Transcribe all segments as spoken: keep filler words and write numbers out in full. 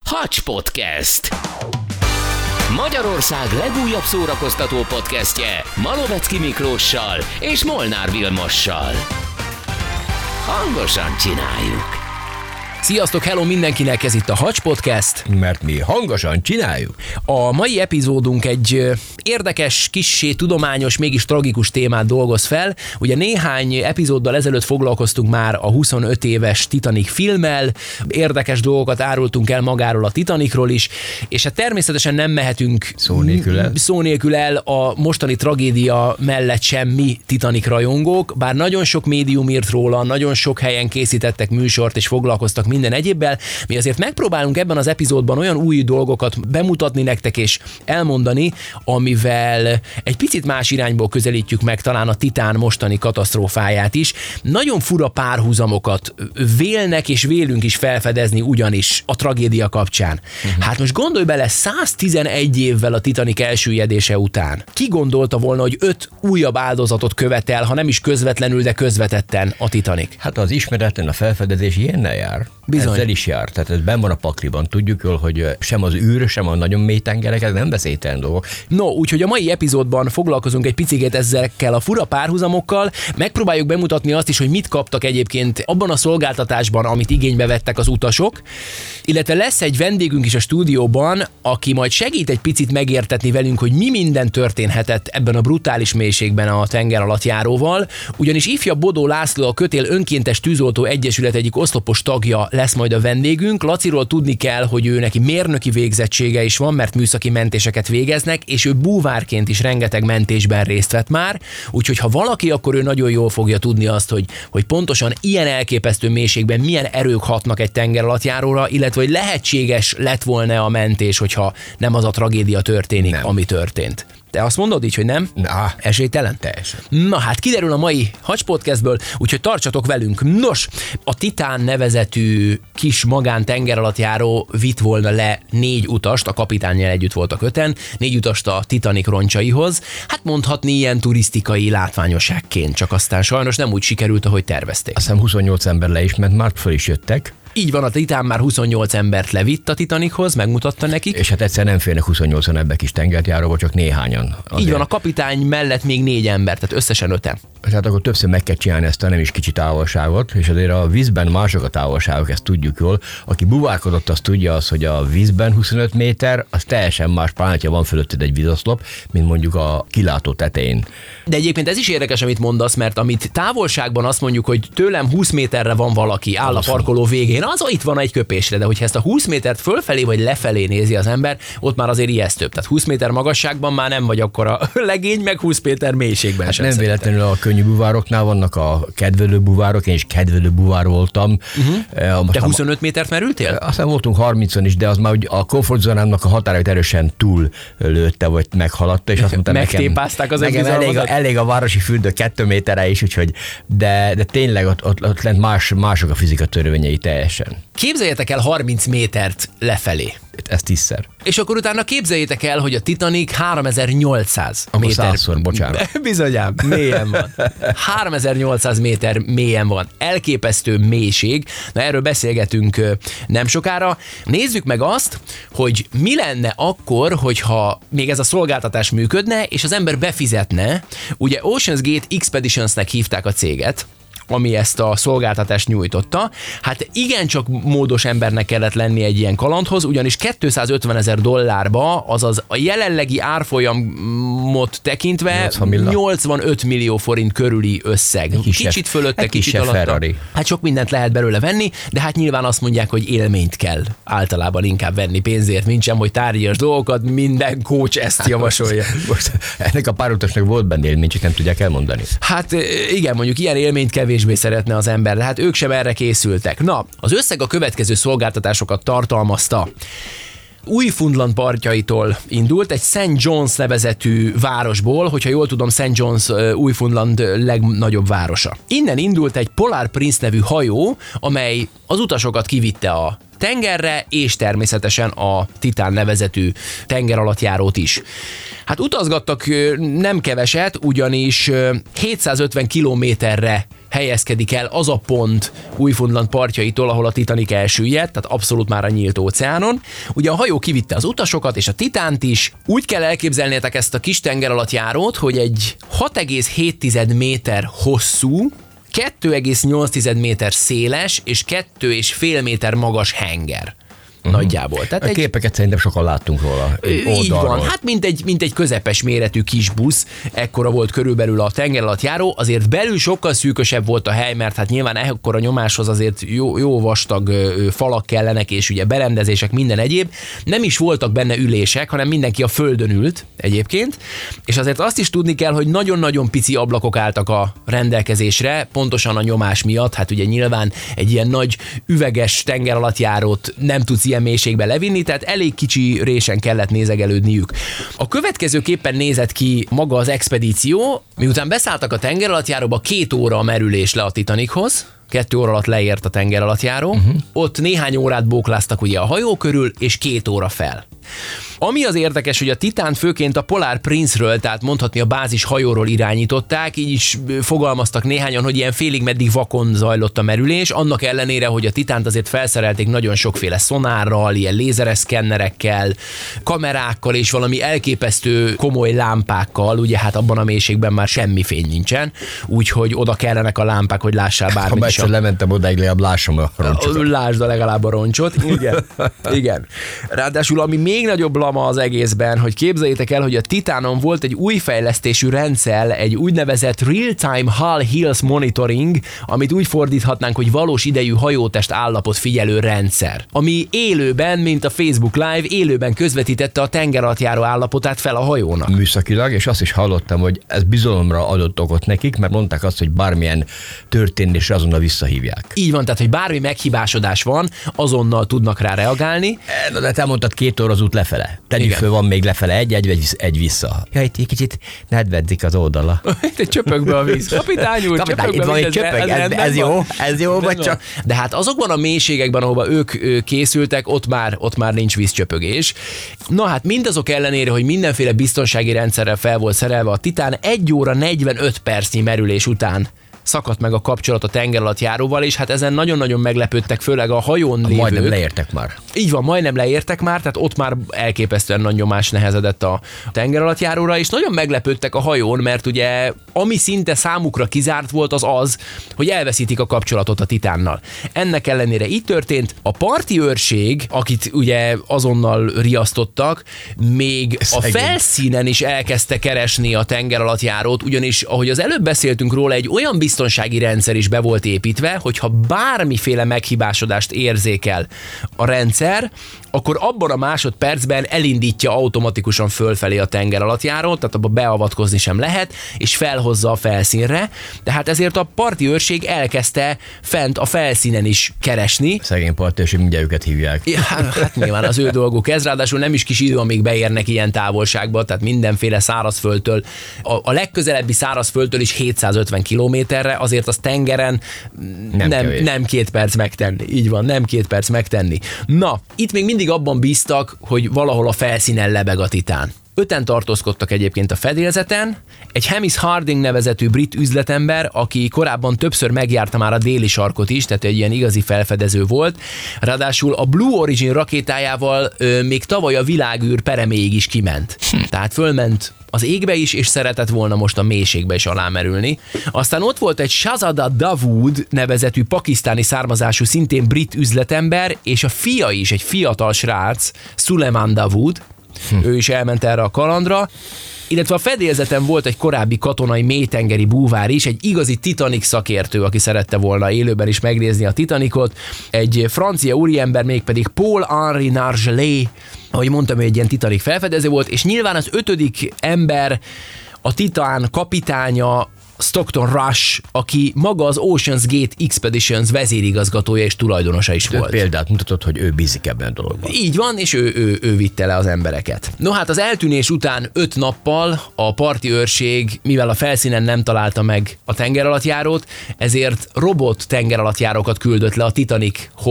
Hacs Podcast. Magyarország legújabb szórakoztató podcastje Malovecki Miklóssal és Molnár Vilmossal. Hangosan csináljuk. Sziasztok, hello mindenkinek, ez itt a Hacs Podcast. Mert mi hangosan csináljuk. A mai epizódunk egy érdekes, kissé tudományos, mégis tragikus témát dolgoz fel. Ugye néhány epizóddal ezelőtt foglalkoztunk már a huszonöt éves Titanic filmmel, érdekes dolgokat árultunk el magáról a Titanicról is, és hát természetesen nem mehetünk szó nélkül el, szó nélkül el a mostani tragédia mellett sem mi Titanic rajongók, bár nagyon sok médium írt róla, nagyon sok helyen készítettek műsort és foglalkoztak minden egyébbel. Mi azért megpróbálunk ebben az epizódban olyan új dolgokat bemutatni nektek és elmondani, amivel egy picit más irányból közelítjük meg talán a Titán mostani katasztrófáját is. Nagyon fura párhuzamokat vélnek és vélünk is felfedezni ugyanis a tragédia kapcsán. Uh-huh. Hát most gondolj bele, száztizenegy évvel a Titanic elsüllyedése után. Ki gondolta volna, hogy öt újabb áldozatot követel, ha nem is közvetlenül, de közvetetten a Titanic? Hát az ismeretlen, a felfedezés ilyennel jár. Bizony. Ezzel is jár. Tehát ez benn van a pakliban. Tudjuk jól, hogy sem az űr, sem a nagyon mély tengerek, nem veszélytelen dolgok. No, úgyhogy a mai epizódban foglalkozunk egy picit ezekkel a fura párhuzamokkal, megpróbáljuk bemutatni azt is, hogy mit kaptak egyébként abban a szolgáltatásban, amit igénybe vettek az utasok, illetve lesz egy vendégünk is a stúdióban, aki majd segít egy picit megértetni velünk, hogy mi minden történhetett ebben a brutális mélységben a tengeralattjáróval, ugyanis ifjabb Bodó László, a Kötél Önkéntes Tűzoltó Egyesület egyik oszlopos tagja lesz majd a vendégünk. Laciról tudni kell, hogy ő neki mérnöki végzettsége is van, mert műszaki mentéseket végeznek, és ő búvárként is rengeteg mentésben részt vett már, úgyhogy ha valaki, akkor ő nagyon jól fogja tudni azt, hogy, hogy pontosan ilyen elképesztő mélységben milyen erők hatnak egy tengeralattjáróra, illetve hogy lehetséges lett volna a mentés, hogyha nem az a tragédia történik, nem. ami történt. Te azt mondod így, hogy nem? Na, esélytelen? Teljesen. Na hát kiderül a mai Hacs Podcastből, úgyhogy tartsatok velünk. Nos, a Titán nevezetű kis magán tengeralattjáró vitt volna le négy utast, a kapitánnyal együtt voltak öten, négy utast a Titanic roncsaihoz. Hát mondhatni ilyen turisztikai látványosságként, csak aztán sajnos nem úgy sikerült, ahogy tervezték. Azt hiszem huszonnyolc ember le is ment, már föl is jöttek. Így van, a Titán már huszonnyolc embert levitt a Titanichoz, megmutatta nekik. És hát egyszer nem férnek huszonnyolcan ebbe kis tengerjáróba, csak néhányan. Azért. Így van, a kapitány mellett még négy ember, tehát összesen öten. Tehát akkor többször meg kell csinálni ezt a nem is kicsi távolságot, és azért a vízben mások a távolságok, ezt tudjuk jól. Aki buvárkodott, az tudja az, hogy a vízben huszonöt méter, az teljesen más, pláne, ha van fölötted egy vízoszlop, mint mondjuk a kilátó tetején. De egyébként ez is érdekes, amit mondasz, mert amit távolságban azt mondjuk, hogy tőlem húsz méterre van valaki, áll a parkoló végén, az itt van egy köpésre, de hogyha ezt a húsz métert fölfelé vagy lefelé nézi az ember, ott már azért ijesztőbb. Tehát húsz méter magasságban már nem vagy akkor a legény, meg húsz méter mélységben hát sem. Nem szerintem. véletlenül a könnyű buvároknál vannak a kedvelő buvárok, én is kedvelő buvár voltam. Uh-huh. Te huszonöt métert merültél? Aztán voltunk harmincon is, de az már a komfortzónámnak a határait erősen túl lőtte, vagy meghaladta, és azt mondtam, megtépázták az nekem elég, a, elég a városi fürdő kettő méterre is, úgyhogy, de, de tényleg ott, ott, ott lent más, mások a fizika törvényei teljesen. Képzeljétek el harminc métert lefelé. Ez tízszer. És akkor utána képzeljétek el, hogy a Titanic háromezer-nyolcszáz akkor méter. százszor, bocsánat. Bizonyám, mélyen van. háromezer-nyolcszáz méter mélyen van. Elképesztő mélység. Na, erről beszélgetünk nem sokára. Nézzük meg azt, hogy mi lenne akkor, hogyha még ez a szolgáltatás működne, és az ember befizetne. Ugye Ocean's Gate Expeditionsnek hívták a céget, ami ezt a szolgáltatást nyújtotta. Hát igencsak módos embernek kellett lenni egy ilyen kalandhoz, ugyanis kétszázötvenezer dollárba, azaz a jelenlegi árfolyamot tekintve nyolcvanöt millió forint körüli összeg. Kisebb, kicsit fölötte, kicsit alatta. Ferrari. Hát sok mindent lehet belőle venni, de hát nyilván azt mondják, hogy élményt kell általában inkább venni pénzért, mint sem, hogy tárgyas dolgokat, minden coach ezt javasolja. Most ennek a párutasnak volt benne élmény, csak nem tudják elmondani. Hát igen, mondjuk ilyen élményt kevésbé szeretne az ember, de hát ők sem erre készültek. Na, az összeg a következő szolgáltatásokat tartalmazta. Új-Fundland partjaitól indult, egy Saint John's nevezetű városból, hogyha jól tudom, Saint John's Új-Fundland legnagyobb városa. Innen indult egy Polar Prince nevű hajó, amely az utasokat kivitte a tengerre, és természetesen a Titán nevezetű tengeralattjárót is. Hát utazgattak nem keveset, ugyanis hétszázötven kilométerre helyezkedik el az a pont Új-Fundland partjaitól, ahol a Titanic elsüllyedt, tehát abszolút már a nyílt óceánon. Ugye a hajó kivitte az utasokat és a Titánt is. Úgy kell elképzelnétek ezt a kis tengeralattjárót, hogy egy hat egész hét méter hosszú, két egész nyolc méter széles és két és fél méter magas henger. Uh-huh. Nagyjából. Tehát a egy... képeket szerintem sokan láttunk róla. Így van, hát mint egy, mint egy közepes méretű kis busz, ekkora volt körülbelül a tengeralattjáró, azért belül sokkal szűkösebb volt a hely, mert hát nyilván ekkora nyomáshoz azért jó, jó vastag ö, falak kellenek, és ugye berendezések, minden egyéb. Nem is voltak benne ülések, hanem mindenki a földön ült egyébként, és azért azt is tudni kell, hogy nagyon-nagyon pici ablakok álltak a rendelkezésre, pontosan a nyomás miatt, hát ugye nyilván egy ilyen nagy üveges tengeralattjárót nem tudsz ilyen mélységbe levinni, tehát elég kicsi résen kellett nézegelődniük. A következőképpen nézett ki maga az expedíció, miután beszálltak a tengeralattjáróba, két óra a merülés le a Titanichoz, kettő óra alatt leért a tengeralattjáró, uh-huh. Ott néhány órát bókláztak ugye a hajó körül, és két óra fel. Ami az érdekes, hogy a Titánt főként a Polar Prince-ről, tehát mondhatni a bázis hajóról irányították, így is fogalmaztak néhányan, hogy ilyen félig meddig vakon zajlott a merülés, annak ellenére, hogy a Titánt azért felszerelték nagyon sokféle szonárral, ilyen lézereszkennerekkel, kamerákkal és valami elképesztő komoly lámpákkal, ugye hát abban a mélységben már semmi fény nincsen, úgyhogy oda kellenek a lámpák, hogy lássál bármit. Ha egyszer lementem odáig, legalább lássam a roncsot. Lásd a legalább a roncsot. Igen. Igen. Ráadásul ami még nagyobb lama az egészben, hogy képzeljétek el, hogy a Titánon volt egy új fejlesztésű rendszer, egy úgynevezett Real-Time Hull Health Monitoring, amit úgy fordíthatnánk, hogy valós idejű hajótest állapot figyelő rendszer, ami élőben, mint a Facebook Live, élőben közvetítette a tengeralattjáró állapotát fel a hajónak. Műszakilag, és azt is hallottam, hogy ez bizalomra adott okot nekik, mert mondták azt, hogy bármilyen történésre azonnal visszahívják. Így van, tehát hogy bármi meghibásodás van, azonnal tudnak rá reagálni. E, de te mondtad két óra az út lefele. Tegyük föl, van még lefele egy, egy, egy vissza. Ja, itt egy kicsit nedvedzik az oldala. Itt egy csöpökbe a víz. Kapitány úr, Kapitány, itt van egy csöpög, ez, ez jó, ez jó, vagy csak... De hát azokban a mélységekben, ahova ők készültek, ott már, ott már nincs vízcsöpögés. Na hát mindazok ellenére, hogy mindenféle biztonsági rendszerrel fel volt szerelve a Titán, egy óra negyvenöt percnyi merülés után szakadt meg a kapcsolat a tengeralattjáróval, és hát ezen nagyon-nagyon meglepődtek, főleg a hajón lévők. Majdnem leértek már. Így van, majdnem leértek már, tehát ott már elképesztően nagy nyomás nehezedett a tengeralattjáróra, és nagyon meglepődtek a hajón, mert ugye ami szinte számukra kizárt volt, az az, hogy elveszítik a kapcsolatot a Titánnal. Ennek ellenére így történt. A parti őrség, akit ugye azonnal riasztottak, még a felszínen is elkezdte keresni a tengeralattjárót, ugyanis, ahogy az előbb beszéltünk róla, egy olyan biztonsági rendszer is be volt építve, hogyha bármiféle meghibásodást érzékel a rendszer, akkor abban a másodpercben elindítja automatikusan fölfelé a tengeralattjárót, tehát abba beavatkozni sem lehet, és felhozza a felszínre. Tehát ezért a parti őrség elkezdte fent a felszínen is keresni. Szegény parti őrség, mindjárt őket hívják. Ja, hát nyilván az ő dolguk ez, ráadásul nem is kis idő, amíg beérnek ilyen távolságba, tehát mindenféle szárazföldtől, a, a legközelebbi szárazföldtől is hétszázötven kilométerre, azért az tengeren nem, nem, nem két perc megtenni. Így van, nem két perc megtenni. Na, itt még mindig abban bíztak, hogy valahol a felszínen lebeg a Titán. Öten tartózkodtak egyébként a fedélzeten, egy Hamish Harding nevezetű brit üzletember, aki korábban többször megjárta már a déli sarkot is, tehát egy ilyen igazi felfedező volt. Ráadásul a Blue Origin rakétájával ö, még tavaly a világűr pereméig is kiment. Hm. Tehát fölment az égbe is, és szeretett volna most a mélységbe is alámerülni. Aztán ott volt egy Shahzada Dawood nevezetű pakisztáni származású, szintén brit üzletember, és a fia is, egy fiatal srác, Suleiman Dawood, hm. ő is elment erre a kalandra, illetve a fedélzeten volt egy korábbi katonai mélytengeri búvár is, egy igazi Titanic szakértő, aki szerette volna élőben is megnézni a Titanicot, egy francia úriember, mégpedig Paul-Henri Nargelet, ahogy mondtam, ő egy ilyen Titanic felfedező volt, és nyilván az ötödik ember, a Titán kapitánya, Stockton Rush, aki maga az Ocean's Gate Expeditions vezérigazgatója és tulajdonosa is volt. Példát mutatott, hogy ő bízik ebben a dologban. Így van, és ő, ő, ő vitte le az embereket. No hát az eltűnés után öt nappal a parti őrség, mivel a felszínen nem találta meg a tengeralattjárót, ezért robot tengeralattjárókat küldött le a Titanichoz,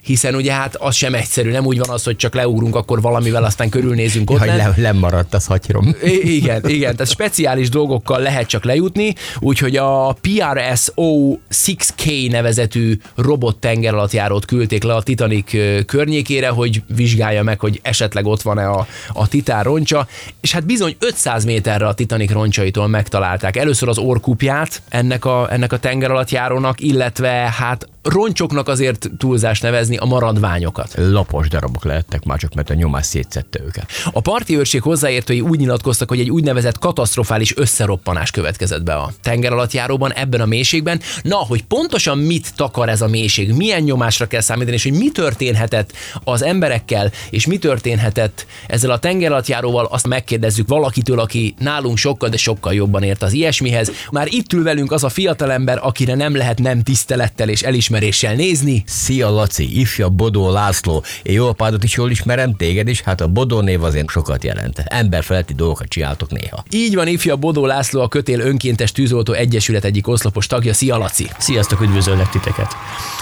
hiszen ugye hát az sem egyszerű, nem úgy van az, hogy csak leugrunk, akkor valamivel aztán körülnézünk ott. Hogy le, lemaradt az hatyrom. I- igen, igen, tehát speciális dolgokkal lehet csak lejutni, úgyhogy a P R S O hat K nevezetű robot tengeralattjárót küldték le a Titanic környékére, hogy vizsgálja meg, hogy esetleg ott van-e a, a Titán roncsa, és hát bizony ötszáz méterre a Titanic roncsaitól megtalálták először az orrkupját ennek a, ennek a tengeralattjárónak, illetve hát roncsoknak azért túlzás nevezni a maradványokat. Lapos darabok lehettek már csak, mert a nyomás szétszedte őket. A parti őrség hozzáértői úgy nyilatkoztak, hogy egy úgynevezett katasztrofális összeroppanás következett be a tengeralattjáróban ebben a mélységben. Na, hogy pontosan mit takar ez a mélység, milyen nyomásra kell számítani, és hogy mi történhetett az emberekkel, és mi történhetett ezzel a tengeralattjáróval, azt megkérdezzük valakitől, aki nálunk sokkal, de sokkal jobban ért az ilyesmihez. Már itt ül velünk az a fiatalember, akire nem lehet nem tisztelettel és elismeréssel nézni. Szia Laci, ifja Bodó László. Én jó apádat is jól ismerem, téged is, hát a Bodó név azért sokat jelent. Emberfeletti dolgokat csináltok néha. Így van, ifja Bodó László, a Kötél Önkéntes Tűzoltó Egyesület egyik oszlopos tagja. Szia Laci! Sziasztok, üdvözöllek titeket!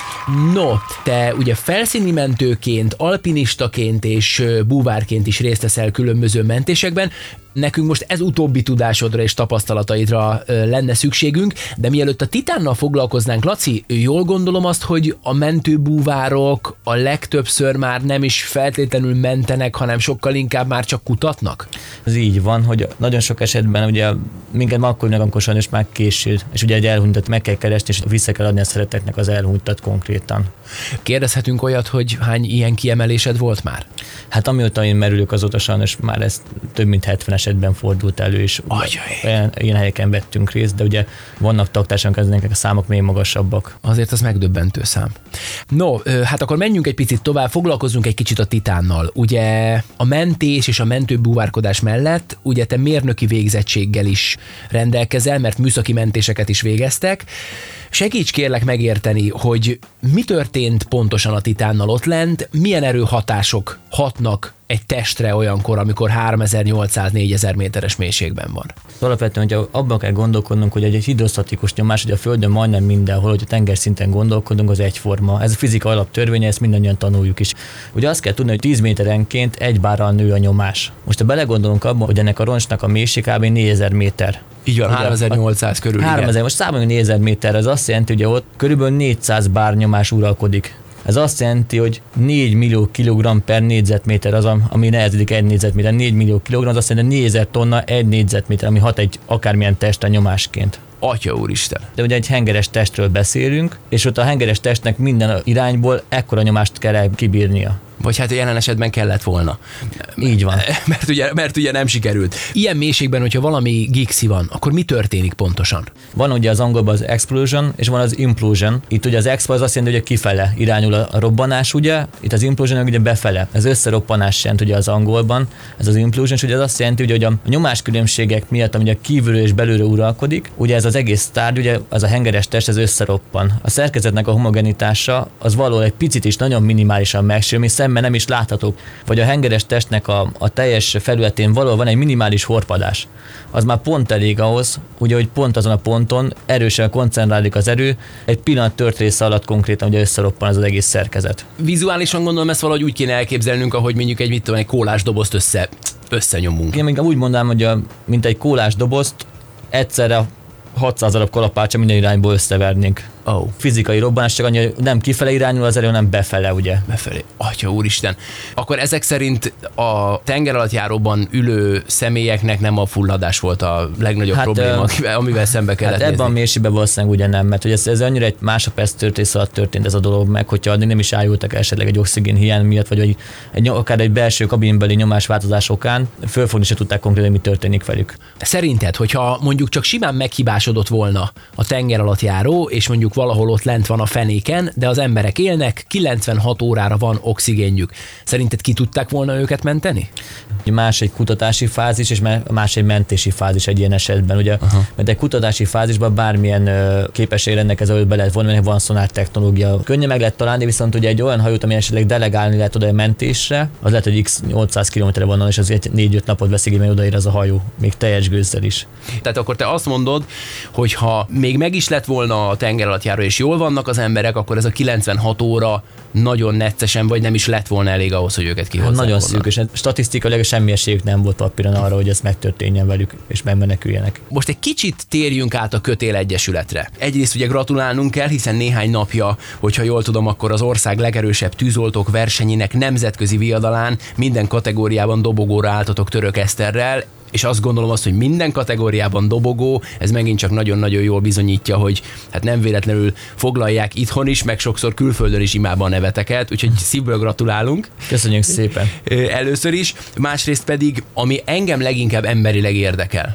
No, te ugye felszíni mentőként, alpinistaként és búvárként is részt veszel különböző mentésekben. Nekünk most ez utóbbi tudásodra és tapasztalataidra lenne szükségünk, de mielőtt a Titánnal foglalkoznánk, Laci, jól gondolom azt, hogy a mentőbúvárok a legtöbbször már nem is feltétlenül mentenek, hanem sokkal inkább már csak kutatnak? Ez így van, hogy nagyon sok esetben ugye minket akkor amikor sajnos már késő, és ugye egy elhunytat meg kell keresni, és vissza kell adni a szereteknek az elhunytat konkrétan. Kérdezhetünk olyat, hogy hány ilyen kiemelésed volt már? Hát amióta én merülök, azóta sajnos már ez több mint hetven esetben fordult elő, és olyan, ilyen helyeken vettünk részt, de ugye vannak taktársaink, ezeknek a számok még magasabbak. Azért az megdöbbentő szám. No, hát akkor menjünk egy picit tovább, foglalkozzunk egy kicsit a Titánnal. Ugye a mentés és a mentőbúvárkodás mellett ugye te mérnöki végzettséggel is rendelkezel, mert műszaki mentéseket is végeztek. Segíts kérlek megérteni, hogy mi történt pontosan a Titánnal ott lent, milyen erőhatások hatnak egy testre olyankor, amikor háromezer-nyolcszáz-négyezer méteres mélységben van. Alapvetően, hogy abban kell gondolkodnunk, hogy egy hidrosztatikus nyomás, hogy a Földön majdnem mindenhol, hogy a tengerszinten gondolkodunk, az egyforma. Ez a fizika alaptörvénye, ezt mindannyian tanuljuk is. Ugye azt kell tudni, hogy tíz méterenként egy bárral nő a nyomás. Most ha belegondolunk abban, hogy ennek a roncsnak a mélység kb. négyezer méter. Így van, háromezer-nyolcszáz körül. háromezer, most számoljunk négyezer méter, az azt jelenti, hogy ott körülbelül négyszáz bár nyomás uralkodik. Ez azt jelenti, hogy négy millió kilogramm per négyzetméter az, ami nehezedik egy négyzetméter. négy millió kilogramm, az azt jelenti, hogy négyezer tonna egy négyzetméter, ami hat egy akármilyen testre nyomásként. Atya úristen. De ugye egy hengeres testről beszélünk, és ott a hengeres testnek minden irányból ekkora nyomást kell kibírnia. Vagy hát jelen esetben kellett volna. Így van. Mert ugye, mert ugye nem sikerült. Ilyen mélységben, hogyha valami giggszi van, akkor mi történik pontosan? Van ugye az angolban az explosion, és van az implosion. Itt ugye az expo az azt jelenti, hogy kifele irányul a robbanás, ugye? Itt az implosion ugye befele. Ez összeroppanás jelent ugye az angolban. Ez az implosion, és ugye az azt jelenti, hogy a nyomáskülönbségek miatt, ami a kívülről és belülről uralkodik, ugye ez az egész tárgy, ugye az a hengeres test, ez összeroppan. A szerkezetnek a homogenitása az való egy picit is nagyon minimálisan megsérül, mert nem is láthatók, vagy a hengeres testnek a, a teljes felületén valahol van egy minimális horpadás. Az már pont elég ahhoz, ugye, hogy pont azon a ponton erősen koncentrálódik az erő, egy pillanat történése alatt konkrétan ugye összeroppan az, az egész szerkezet. Vizuálisan gondolom ezt valahogy úgy kéne elképzelnünk, ahogy mondjuk egy, mit tudom, egy kólás dobozt össze, összenyomunk. Én még úgy mondanám, hogy a, mint egy kólás dobozt egyszerre hatszáz darab kalapácsa minden irányból összevernénk. Oh. Fizikai robbanás csak annyi, hogy nem kifele irányul az erő, hanem befele, ugye? Befelé. Atya úristen. Akkor ezek szerint a tengeralattjáróban ülő személyeknek nem a fulladás volt a legnagyobb hát, probléma, amivel, amivel szembe kellett hát nézni. Ebben a mélységben valószínűleg ugye nem, mert hogy ez, ez annyira egy másodperc történet alatt történt ez a dolog meg, hogyha addig nem is ájultak esetleg egy oxigén hiány miatt, vagy egy, egy, akár egy belső kabinbeli nyomásváltozás okán, fölfogni se tudták konkrétan, mi történik velük. Szerinted, hogyha mondjuk csak simán meghibásodott volna a tengeralattjáró, és mondjuk valahol ott lent van a fenéken, de az emberek élnek, kilencvenhat órára van oxigénjük. Szerinted ki tudták volna őket menteni? Más egy kutatási fázis, és más egy mentési fázis egy ilyen esetben, ugye? Aha. Mert egy kutatási fázisban bármilyen ö, képesség rendelkező, hogy be lehet vonni, mert van szonár technológia. Könnyen meg lehet találni, viszont ugye egy olyan hajót, ami esetleg delegálni lehet oda a mentésre, az lehet, hogy x nyolcszáz kilométerre van, és az négy-öt napot veszik, mert odaér az a hajó, még teljes gőzzel is. Tehát akkor te azt mondod, hogy ha még meg is lett volna a tengeralattjáró szolgálatjára, és jól vannak az emberek, akkor ez a kilencvenhat óra nagyon neccesen, vagy nem is lett volna elég ahhoz, hogy őket kihozzák. Hát nagyon volna. szűkös. Statisztikailag semmi esélyük nem volt papíron arra, hogy ez megtörténjen velük, és megmeneküljenek. Most egy kicsit térjünk át a Kötél Egyesületre. Egyrészt ugye gratulálnunk kell, hiszen néhány napja, hogyha jól tudom, akkor az ország legerősebb tűzoltók versenyének nemzetközi viadalán minden kategóriában dobogóra álltatok Török Eszterrel, és azt gondolom azt, hogy minden kategóriában dobogó, ez megint csak nagyon-nagyon jól bizonyítja, hogy hát nem véletlenül foglalják itthon is, meg sokszor külföldön is imádva a neveteket, úgyhogy szívből gratulálunk. Köszönjük szépen. Először is, másrészt pedig, ami engem leginkább emberileg érdekel,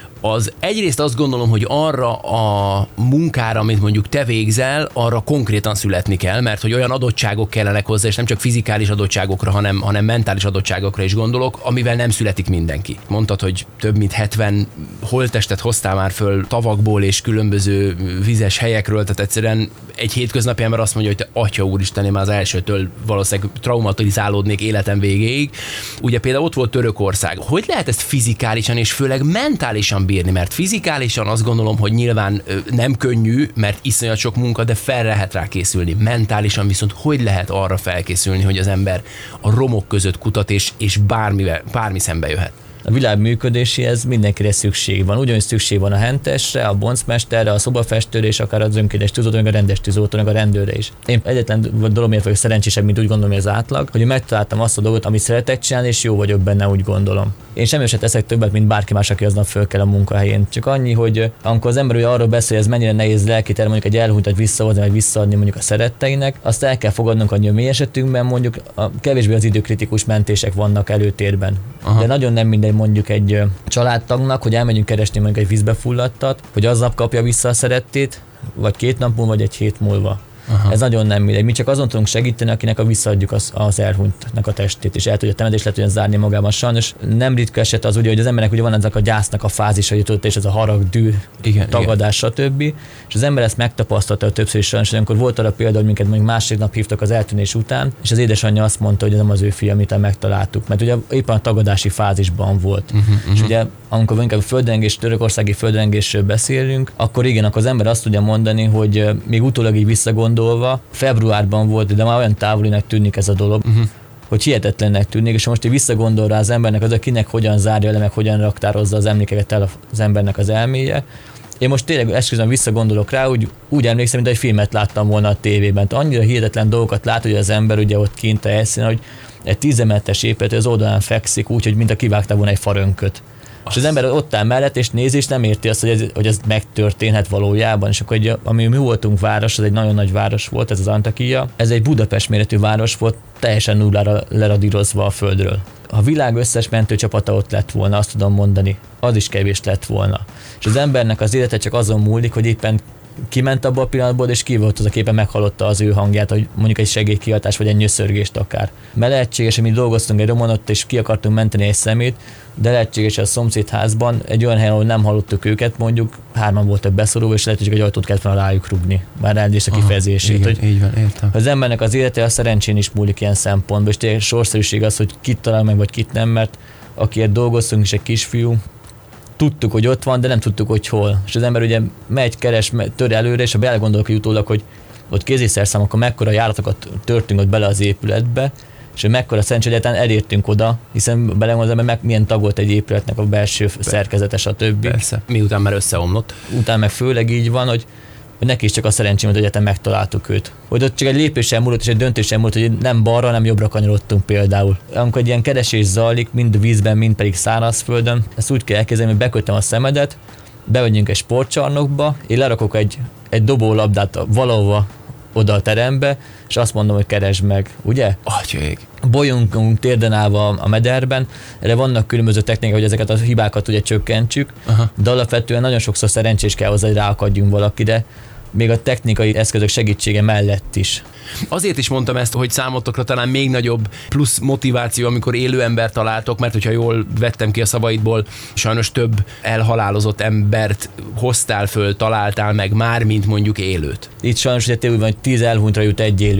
az egyrészt azt gondolom, hogy arra a munkára, amit mondjuk te végzel, arra konkrétan születni kell, mert hogy olyan adottságok kellenek hozzá, és nem csak fizikális adottságokra, hanem, hanem mentális adottságokra is gondolok, amivel nem születik mindenki. Mondtad, hogy több mint hetven holttestet hoztál már föl tavakból és különböző vizes helyekről, tehát egyszerűen egy hétköznapi ember azt mondja, hogy te atya úristen, én már az elsőtől valószínűleg traumatizálódnék életem végéig. Ugye például ott volt Törökország. Hogy lehet ezt fizikálisan és főleg mentálisan bírni, mert fizikálisan azt gondolom, hogy nyilván nem könnyű, mert iszonyat sok munka, de fel lehet rá készülni. Mentálisan viszont hogy lehet arra felkészülni, hogy az ember a romok között kutat, és, és bármivel, bármi szembe jöhet? A világ működéséhez mindenkire szükség van. Ugyanúgy szükség van a hentesre, a boncmesterre, a szobafestőre, és akár az önkéntes tűzoltónak, a rendes tűzoltónak, a rendőrre is. Én egyetlen dologért vagyok szerencsésebb, mint úgy gondolom, hogy az átlag, hogy megtaláltam azt a dolgot, amit szeretek csinálni, és jó vagyok benne, úgy gondolom. Én semmi sem teszek többet, mint bárki más, aki aznap föl kell a munkahelyén. Csak annyi, hogy amikor az ember ugye arról beszél, hogy ez mennyire nehéz lelki terem, mondjuk egy elhunytat visszahozni, vagy visszaadni mondjuk a szeretteinek, azt el kell fogadnunk, hogy a mi esetünkben mondjuk a kevésbé az időkritikus mentések vannak előtérben. Aha. De nagyon nem mindegy mondjuk egy családtagnak, hogy elmegyünk keresni mondjuk egy vízbe fulladtat, hogy aznap kapja vissza a szerettét, vagy két nap múlva, vagy egy hét múlva. Aha. Ez nagyon nem mindegy. Mi csak azon tudunk segíteni, akinek a visszaadjuk az, az elhunytnak a testét, és el tudja temetni, és le tudja zárni magában. Sajnos nem ritka eset az, ugye, hogy az embernek ugye van ezek a gyásznak a fázisa, hogy és ez a harag, dű, igen, tagadás, igen. stb. És az ember ezt megtapasztalta többször is sajnos, amikor volt arra példa, hogy minket mondjuk másik nap hívtak az eltűnés után, és az édesanyja azt mondta, hogy ez nem az ő fia, amit megtaláltuk, mert ugye éppen a tagadási fázisban volt. Uh-huh, uh-huh. És ugye amikor inkább a földrengés, törökországi földrengésről beszélünk, akkor igen, akkor az ember azt tudja mondani, hogy még utólag így visszagondolva, februárban volt, de már olyan távolinak tűnik ez a dolog, uh-huh. hogy hihetetlennek tűnik, és most így visszagondol rá az embernek, az, akinek hogyan zárja le, meg hogyan raktározza az emlékeket el az embernek az elméje. Én most tényleg esküszöm visszagondolok rá, úgy, úgy emlékszem, mint egy filmet láttam volna a tévében. Annyira hihetetlen dolgokat lát, hogy az ember ugye ott kint a helyszínen, hogy egy tízemeletes épület az oldalán fekszik úgy, hogy mint a kivágta volna egy farönköt. És az ember ott áll mellett, és nézi, és nem érti azt, hogy ez, hogy ez megtörténhet valójában. És akkor egy, ami mi voltunk város, ez egy nagyon nagy város volt, ez az Antakya. Ez egy Budapest méretű város volt, teljesen nullára leradírozva a földről. Ha a világ összes mentőcsapata ott lett volna, azt tudom mondani, az is kevés lett volna. És az embernek az élete csak azon múlik, hogy éppen kiment abba a pillanatból, és ki volt az, aki éppen meghallotta az ő hangját, hogy mondjuk egy segélykiáltás, vagy egy nyöszörgést akár. Mert lehetséges, hogy mi dolgoztunk egy romon ott, és ki akartunk menteni egy szemét, de lehetséges, hogy a szomszédházban egy olyan helyen, ahol nem hallottuk őket, mondjuk hárman voltak beszorulva, és lehet, hogy egy ajtót kellett volna rájuk rúgni. Már elnézést a kifejezését. Igen, hogy így van, értem. Az embernek az élete a szerencsén is múlik ilyen szempontból, és tényleg sorszerűség az, hogy kit talál meg, vagy kit nem, mert akiért dolgoztunk, és egy kisfiú, tudtuk, hogy ott van, de nem tudtuk, hogy hol. És az ember ugye megy, keres, megy, tör előre, és ha belegondolok utólag, hogy ott kéziszerszám, akkor mekkora járatokat törtünk ott bele az épületbe, és hogy mekkora szerencsé, hogy egyáltalán elértünk oda, hiszen belegondolom, hogy meg milyen tag volt egy épületnek a belső szerkezete, stb. Persze. Miután már összeomlott. Utána meg főleg így van, hogy hogy neki is csak a szerencsém, hogy egyáltalán megtaláltuk őt. Hogy ott csak egy lépéssel múlott, és egy döntéssel múlott, hogy nem balra, nem jobbra kanyarodtunk például. Amikor egy ilyen keresés zajlik, mind vízben, mind pedig szárazföldön, ezt úgy kell elképzelni, hogy bekötöm a szemedet, bemegyünk egy sportcsarnokba, én lerakok egy, egy dobólabdát valahova oda a terembe, és azt mondom, hogy keresd meg, ugye? Atyék. Bolyunkunk térden állva a mederben, erre vannak különböző technikák, hogy ezeket a hibákat ugye csökkentsük, aha. De alapvetően nagyon sokszor szerencsés kell hozzá, hogy ráakadjunk valakire, még a technikai eszközök segítsége mellett is. Azért is mondtam ezt, hogy számotokra talán még nagyobb plusz motiváció, amikor élő ember találtok, mert hogyha jól vettem ki a szavaidból, sajnos több elhalálozott embert hoztál föl, találtál meg már, mint mondjuk élőt. Itt sajnos ugye tényleg úgy van, hogy tíz elhunytra jut egy élő.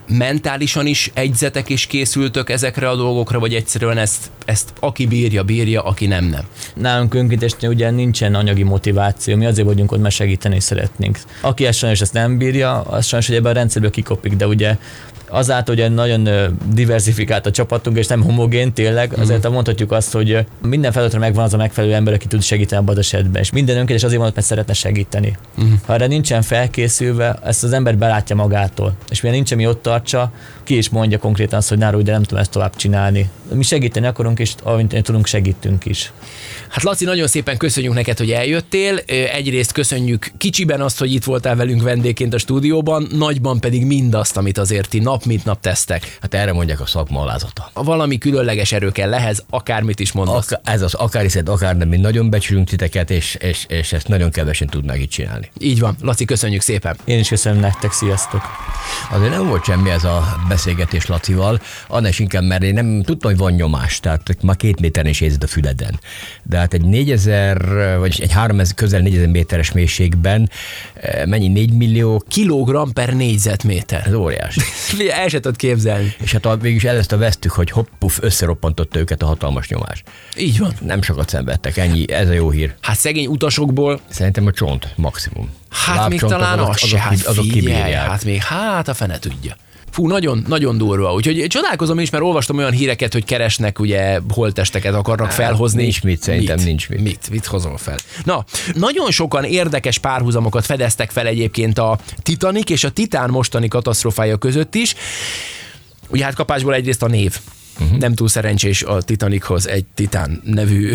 mentálisan is egyzetek és készültök ezekre a dolgokra, vagy egyszerűen ezt, ezt aki bírja, bírja, aki nem, nem? Nálunk önkéntesnél ugye nincsen anyagi motiváció, mi azért vagyunk ott, mert segíteni szeretnénk. Aki ezt sajnos ezt nem bírja, az sajnos, hogy ebben a rendszerből kikopik, de ugye azáltal, hogy nagyon diversifikált a csapatunk, és nem homogén tényleg, azért mm. mondhatjuk azt, hogy minden feladatra megvan az a megfelelő ember, aki tud segíteni abban az esetben. És minden önkéntes azért van ott, mert szeretne segíteni. Mm. Ha erre nincsen felkészülve, ezt az ember belátja magától. És mivel nincs, ami ott tartsa, ki is mondja konkrétan azt, hogy náról, de nem tudom ezt tovább csinálni. Mi segíteni akarunk, és amint tudunk, segítünk is. Hát Laci, nagyon szépen köszönjük neked, hogy eljöttél. Egyrészt köszönjük kicsiben azt, hogy itt voltál velünk vendégként a stúdióban, nagyban pedig mindazt, amit azért ti nap mint nap tesztek. Hát erre mondják a szakma alázata. Valami különleges erő kell lehez, akármit is mondasz. Ak- ez az akár hiszed, akár nem, mi nagyon becsülünk titeket, és, és, és ezt nagyon kevesen tudnák itt csinálni. Így van. Laci, köszönjük szépen. Én is köszönöm nektek, sziasztok. Azért nem volt semmi ez a beszélgetés Lacival, annál is inkább, mert én nem tudtam, hogy van nyomás, tehát már két méteren is érzed a füleden. De hát egy négyezer, vagy egy háromezer, közel négyezer méteres mélységben mennyi, négy millió kilogramm per négyzetméter. Ez óriási. El se tudod képzelni. És hát végülis el ezt a vesztük, hogy hopp, puff, összeroppantotta őket a hatalmas nyomás. Így van. Nem sokat szenvedtek, ennyi, ez a jó hír. Hát szegény utasokból. Szerintem a csont maximum. Hát még talán az se, hát figyelj, hát még, hát a fene tudja. Fú, nagyon, nagyon durva. Úgyhogy csodálkozom is, mert olvastam olyan híreket, hogy keresnek, ugye holttesteket akarnak felhozni. Nincs mit, szerintem mit? nincs mit. Mit? Mit hozol fel? Na, nagyon sokan érdekes párhuzamokat fedeztek fel egyébként a Titanic és a Titán mostani katasztrófája között is. Ugye hát kapásból egyrészt a név. Uh-huh. Nem túl szerencsés a Titanichoz egy Titán nevű,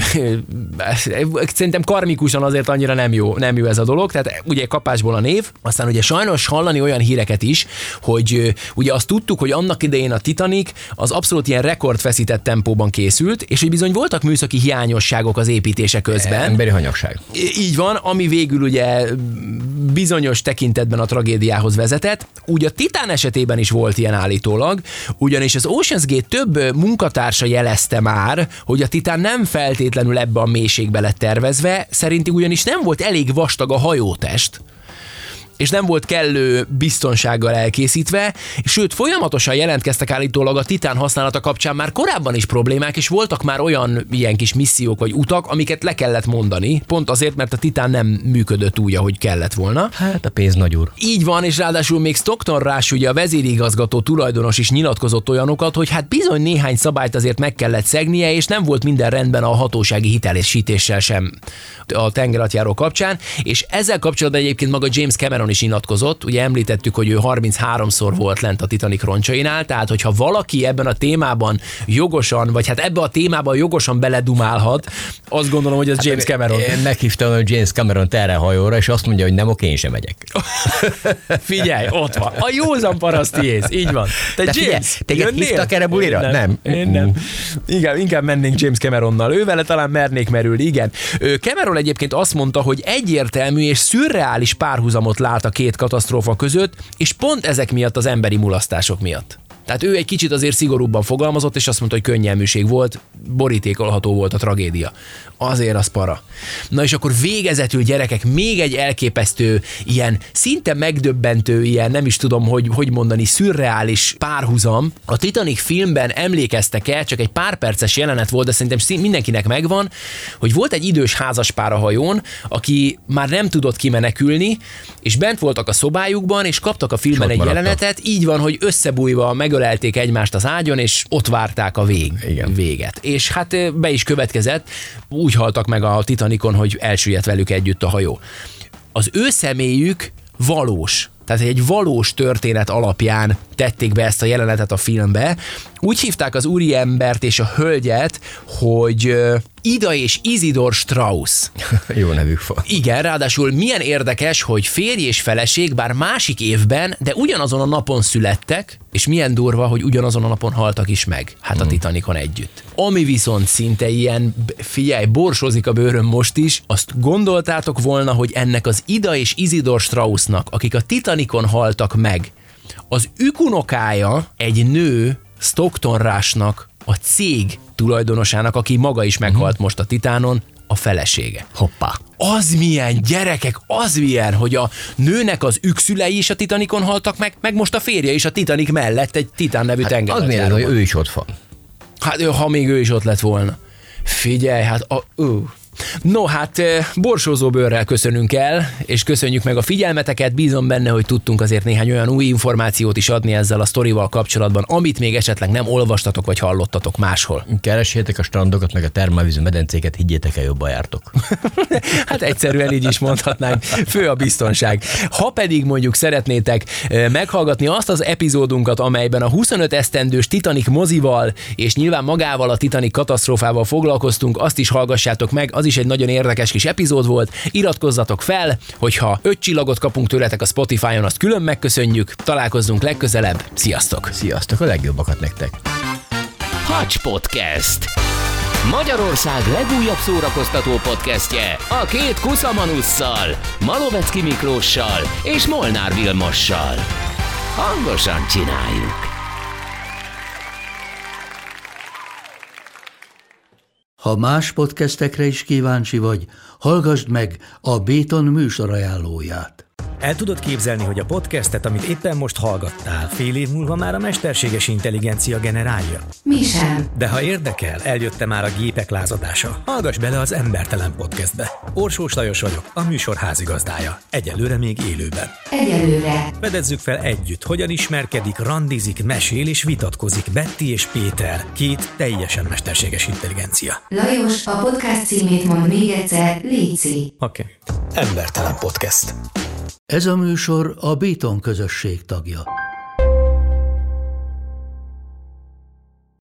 szerintem karmikusan azért annyira nem jó, nem jó ez a dolog, tehát ugye kapásból a név, aztán ugye sajnos hallani olyan híreket is, hogy ugye azt tudtuk, hogy annak idején a Titanic az abszolút ilyen rekordfeszített tempóban készült, és hogy bizony voltak műszaki hiányosságok az építése közben. Emberi hanyagság. Így van, ami végül ugye bizonyos tekintetben a tragédiához vezetett. Ugye a Titán esetében is volt ilyen állítólag, ugyanis az Ocean's Gate több munkatársa jelezte már, hogy a Titán nem feltétlenül ebbe a mélységbe lett tervezve, szerintük ugyanis nem volt elég vastag a hajótest, és nem volt kellő biztonsággal elkészítve, sőt folyamatosan jelentkeztek állítólag a Titán használata kapcsán már korábban is problémák, és voltak már olyan ilyen kis missziók vagy utak, amiket le kellett mondani, pont azért, mert a Titán nem működött úgy, ahogy kellett volna. Hát a pénz nagy úr. Így van, és ráadásul még Stockton Rush, ugye a vezérigazgató tulajdonos is nyilatkozott olyanokat, hogy hát bizony néhány szabályt azért meg kellett szegnie, és nem volt minden rendben a hatósági hitelesítéssel sem a tengeralattjáró kapcsán, és ezzel kapcsolatban egyébként maga James Cameron is nyilatkozott, ugye említettük, hogy ő harmincháromszor volt lent a Titanic roncsainál, tehát hogyha valaki ebben a témában jogosan, vagy hát ebbe a témában jogosan beledumálhat, azt gondolom, hogy az hát James Cameron. Meghívtam a James Cameron terrelhajóra, és azt mondja, hogy nem, oké, én sem megyek. Figyelj, ott van. A józan parasztiész, így van. Te, Te James, téged hívtak erre bulira? Nem. Nem. Én nem. Igen, inkább mennénk James Cameronnal. Ővele talán mernék merülni, igen. Cameron egyébként azt mondta, hogy egyértelmű és szürreális párhuzamot lát a két katasztrófa között, és pont ezek miatt az emberi mulasztások miatt. Tehát ő egy kicsit azért szigorúbban fogalmazott, és azt mondta, hogy könnyelműség volt, borítékolható volt a tragédia. Azért az para. Na és akkor végezetül, gyerekek, még egy elképesztő, ilyen szinte megdöbbentő, ilyen nem is tudom, hogy, hogy mondani, szürreális párhuzam. A Titanic filmben emlékeztek-e, csak egy pár perces jelenet volt, de szerintem mindenkinek megvan, hogy volt egy idős házaspár a hajón, aki már nem tudott kimenekülni, és bent voltak a szobájukban, és kaptak a filmben egy jelenetet, így van, hogy összebújva megölelték egymást az ágyon, és ott várták a vég, Igen. véget. És hát be is következett, úgy haltak meg a Titanicon, hogy elsüllyedt velük együtt a hajó. Az ő személyük valós. Tehát egy valós történet alapján tették be ezt a jelenetet a filmbe. Úgy hívták az úriembert és a hölgyet, hogy Ida és Isidor Strauss. Jó nevük van. Igen, ráadásul milyen érdekes, hogy férj és feleség, bár másik évben, de ugyanazon a napon születtek, és milyen durva, hogy ugyanazon a napon haltak is meg. Hát a Titanicon együtt. Ami viszont szinte ilyen, figyelj, borsozik a bőröm most is, azt gondoltátok volna, hogy ennek az Ida és Isidor Straussnak, akik a Titanicon haltak meg, az ükunokája egy nő, Stockton Rushnak, a cég tulajdonosának, aki maga is meghalt most a Titánon, a felesége. Hoppá. Az milyen, gyerekek, az milyen, hogy a nőnek az ükszülei is a Titanicon haltak meg, meg most a férje is a Titanic mellett egy Titán nevű Hát tenger. az miért, hogy ő is ott van. Hát ha még ő is ott lett volna. Figyelj, hát a... Ő. No, hát borsózó bőrrel köszönünk el, és köszönjük meg a figyelmeteket, bízom benne, hogy tudtunk azért néhány olyan új információt is adni ezzel a sztorival kapcsolatban, amit még esetleg nem olvastatok vagy hallottatok máshol. Keressétek a strandokat, meg a termálvízű medencéket, higgyétek el, jobban jártok. Hát egyszerűen így is mondhatnánk, fő a biztonság. Ha pedig mondjuk szeretnétek meghallgatni azt az epizódunkat, amelyben a huszonöt esztendős Titanic mozival és nyilván magával a Titanic katasztrófával foglalkoztunk, azt is hallgassátok meg, az is egy nagyon érdekes kis epizód volt. Iratkozzatok fel, hogyha öt csillagot kapunk tőletek a Spotify-on, azt külön megköszönjük. Találkozzunk legközelebb. Sziasztok! Sziasztok, a legjobbakat nektek! Hacs Podcast. Magyarország legújabb szórakoztató podcastje a két kuszamanusszal, Malovecki Miklóssal és Molnár Vilmossal. Hangosan csináljuk! Ha más podcastekre is kíváncsi vagy, hallgassd meg a Béton műsor ajánlóját. El tudod képzelni, hogy a podcastet, amit éppen most hallgattál, fél év múlva már a mesterséges intelligencia generálja? Mi sem. De ha érdekel, eljött már a gépek lázadása. Hallgass bele az Embertelen Podcastbe. Orsós Lajos vagyok, a műsor házigazdája. Egyelőre még élőben. Egyelőre. Fedezzük fel együtt, hogyan ismerkedik, randizik, mesél és vitatkozik Betty és Péter, két teljesen mesterséges intelligencia. Lajos, a podcast címét mond még egyszer, léci. Oké. Okay. Embertelen Podcast. Ez a műsor a Béton közösség tagja.